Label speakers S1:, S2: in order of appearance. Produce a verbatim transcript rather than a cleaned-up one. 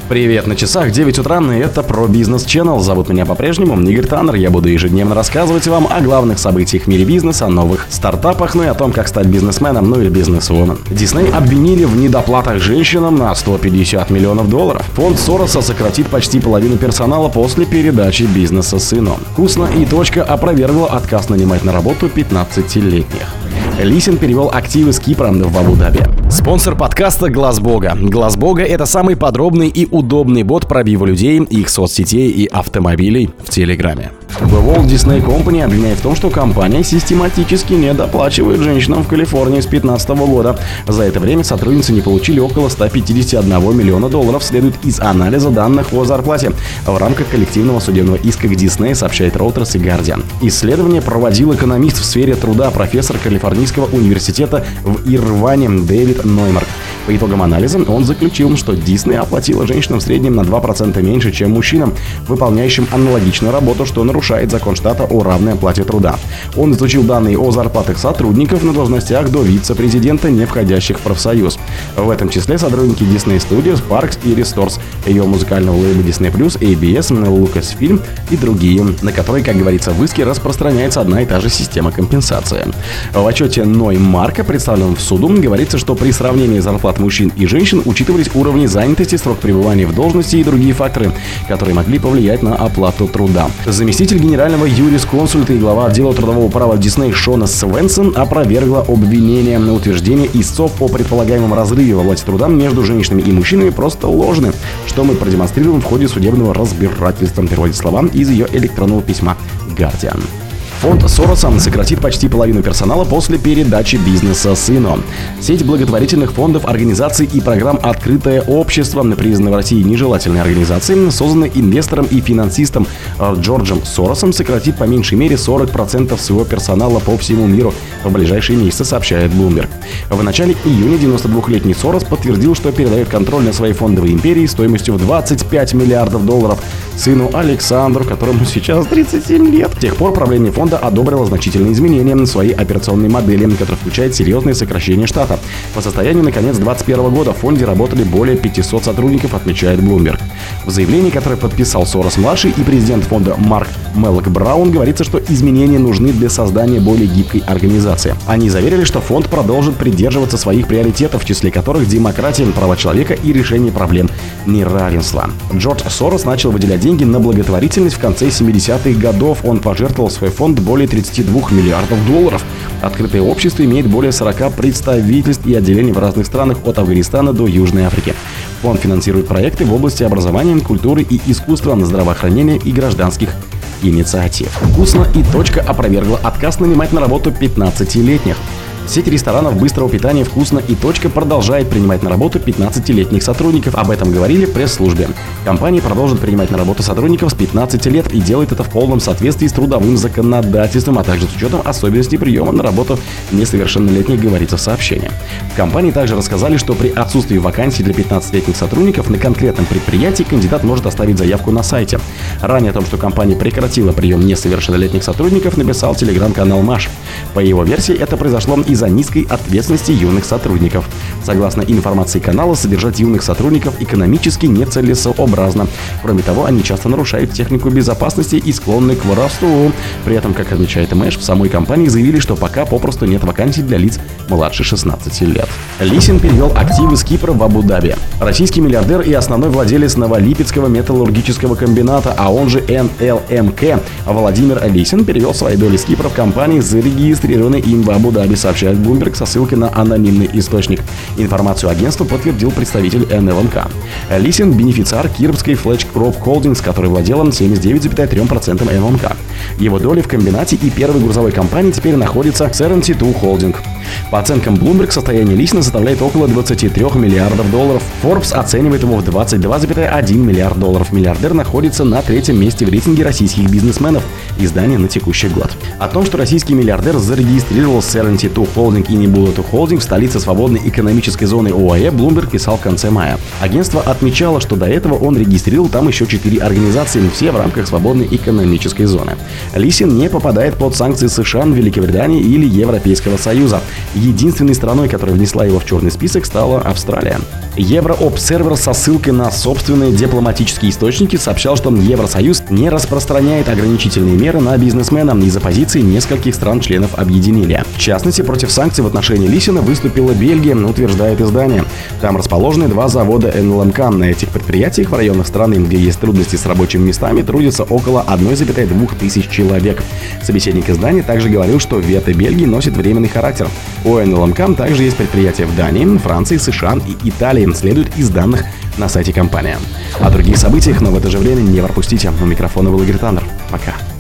S1: Привет, на часах девять утра, и это про Business Channel. Зовут меня по-прежнему Игорь Таннер. Я буду ежедневно рассказывать вам о главных событиях в мире бизнеса, о новых стартапах, ну и о том, как стать бизнесменом, ну или бизнесвумен. Disney обвинили в недоплатах женщинам на сто пятьдесят миллионов долларов. Фонд Сороса сократит почти половину персонала после передачи бизнеса сыну. Вкусно и точка опровергла отказ нанимать на работу пятнадцатилетних. Лисин перевел активы с Кипра в Абу-Даби. Спонсор подкаста Глаз Бога. Глаз Бога — это самый подробный и удобный бот пробива людей, их соцсетей и автомобилей в Телеграме. The Walt Disney Company обвиняет в том, что компания систематически недоплачивает женщинам в Калифорнии с две тысячи пятнадцатого года. За это время сотрудницы не получили около ста пятидесяти одного миллиона долларов, следует из анализа данных о зарплате в рамках коллективного судебного иска к Disney, сообщает Reuters и Guardian. Исследование проводил экономист в сфере труда, профессор Калифорнийского университета в Ирване Дэвид Ноймарк. По итогам анализа он заключил, что Disney оплатила женщинам в среднем на два процента меньше, чем мужчинам, выполняющим аналогичную работу, что нарушает закон штата о равной оплате труда. Он изучил данные о зарплатах сотрудников на должностях до вице-президента, не входящих в профсоюз. В этом числе сотрудники Disney Studios, Parks и Resorts, ее музыкального лейбла Disney плюс, эй би эс, Lucasfilm и другие, на которые, как говорится в иске, распространяется одна и та же система компенсации. В отчете Ноймарка, представленном в суду, говорится, что при сравнении зарплат мужчин и женщин учитывались уровни занятости, срок пребывания в должности и другие факторы, которые могли повлиять на оплату труда. Заместитель генерального юрисконсульта и глава отдела трудового права Disney Шона Свенсон опровергла обвинение на утверждение истцов о предполагаемом разрыве в оплате труда между женщинами и мужчинами просто ложны, что мы продемонстрируем в ходе судебного разбирательства, переводит слова из ее электронного письма Guardian. Фонд Сороса сократит почти половину персонала после передачи бизнеса сыну. Сеть благотворительных фондов, организаций и программ «Открытое общество», признанной в России нежелательной организацией, созданной инвестором и финансистом Джорджем Соросом, сократит по меньшей мере сорок процентов своего персонала по всему миру в ближайшие месяцы, сообщает Bloomberg. В начале июня девяностодвухлетний Сорос подтвердил, что передает контроль на свои фондовые империи стоимостью в двадцать пять миллиардов долларов сыну Александру, которому сейчас тридцать семь лет. С тех пор правление фонда одобрило значительные изменения на своей операционной модели, которая включает серьезные сокращения штата. По состоянию на конец две тысячи двадцать первого года в фонде работали более пятисот сотрудников, отмечает Bloomberg. В заявлении, которое подписал Сорос-младший и президент фонда Марк Меллок Браун, говорится, что изменения нужны для создания более гибкой организации. Они заверили, что фонд продолжит придерживаться своих приоритетов, в числе которых демократия, права человека и решение проблем неравенства. Джордж Сорос начал выделять деньги на благотворительность в конце семидесятых годов. Он пожертвовал в свой фонд более тридцати двух миллиардов долларов. Открытое общество имеет более сорока представительств и отделений в разных странах от Афганистана до Южной Африки. Фонд финансирует проекты в области образования, культуры и искусства, здравоохранения и гражданских инициатив. Вкусно и точка опровергла отказ нанимать на работу пятнадцатилетних. Сеть ресторанов быстрого питания «Вкусно и точка» продолжает принимать на работу пятнадцатилетних сотрудников. Об этом говорили в пресс-службе. Компания продолжит принимать на работу сотрудников с пятнадцати лет и делает это в полном соответствии с трудовым законодательством, а также с учетом особенностей приема на работу несовершеннолетних, говорится в сообщении. В компании также рассказали, что при отсутствии вакансий для пятнадцатилетних сотрудников на конкретном предприятии кандидат может оставить заявку на сайте. Ранее о том, что компания прекратила прием несовершеннолетних сотрудников, написал телеграм-канал Маш. По его версии, это произошло из-за низкой ответственности юных сотрудников. Согласно информации канала, содержать юных сотрудников экономически нецелесообразно. Кроме того, они часто нарушают технику безопасности и склонны к воровству. При этом, как отмечает Мэш, в самой компании заявили, что пока попросту нет вакансий для лиц младше шестнадцати лет. Лисин перевел активы с Кипра в Абу-Даби. Российский миллиардер и основной владелец Новолипецкого металлургического комбината, а он же эн эл эм ка, Владимир Лисин перевел свои доли с Кипра в компании, зарегистрированной им в Абу-Даби, сообщает Bloomberg со ссылкой на анонимный источник. Информацию агентству подтвердил представитель эн эл эм ка. Лисин – бенефициар Кировской Fletch Crop Holdings, который владел семьдесят девять целых три десятых процента эн эл эм ка. Его доли в комбинате и первой грузовой компании теперь находятся в семьдесят два Holding. По оценкам Bloomberg, состояние Лисина составляет около двадцати трёх миллиардов долларов. Forbes оценивает его в двадцать два целых один миллиард долларов. Миллиардер находится на третьем месте в рейтинге российских бизнесменов. Издание на текущий год. О том, что российский миллиардер зарегистрировал семьдесят два Holding и Nibulatu Holding в столице свободной экономической зоны ОАЭ Bloomberg писал в конце мая. Агентство отмечало, что до этого он регистрировал там еще четыре организации, все в рамках свободной экономической зоны. Лисин не попадает под санкции США, Великобритании или Европейского Союза. Единственной страной, которая внесла его в черный список, стала Австралия. Еврообсервер со ссылкой на собственные дипломатические источники сообщал, что Евросоюз не распространяет ограничительные меры на бизнесмена из-за позиции нескольких стран-членов объединения. В частности, против санкций в отношении Лисина выступила Бельгия, утверждает издание. Там расположены два завода эн эл эм ка. На этих предприятиях в районах страны, где есть трудности с рабочими местами, трудится около одной целой двух десятых тысяч человек. Собеседник издания также говорил, что вето Бельгии носит временный характер. У эн эл эм ка также есть предприятия в Дании, Франции, США и Италии, следует из данных на сайте компании. О других событиях, но в это же время не пропустите. У микрофона был Игорь Таннер. Пока.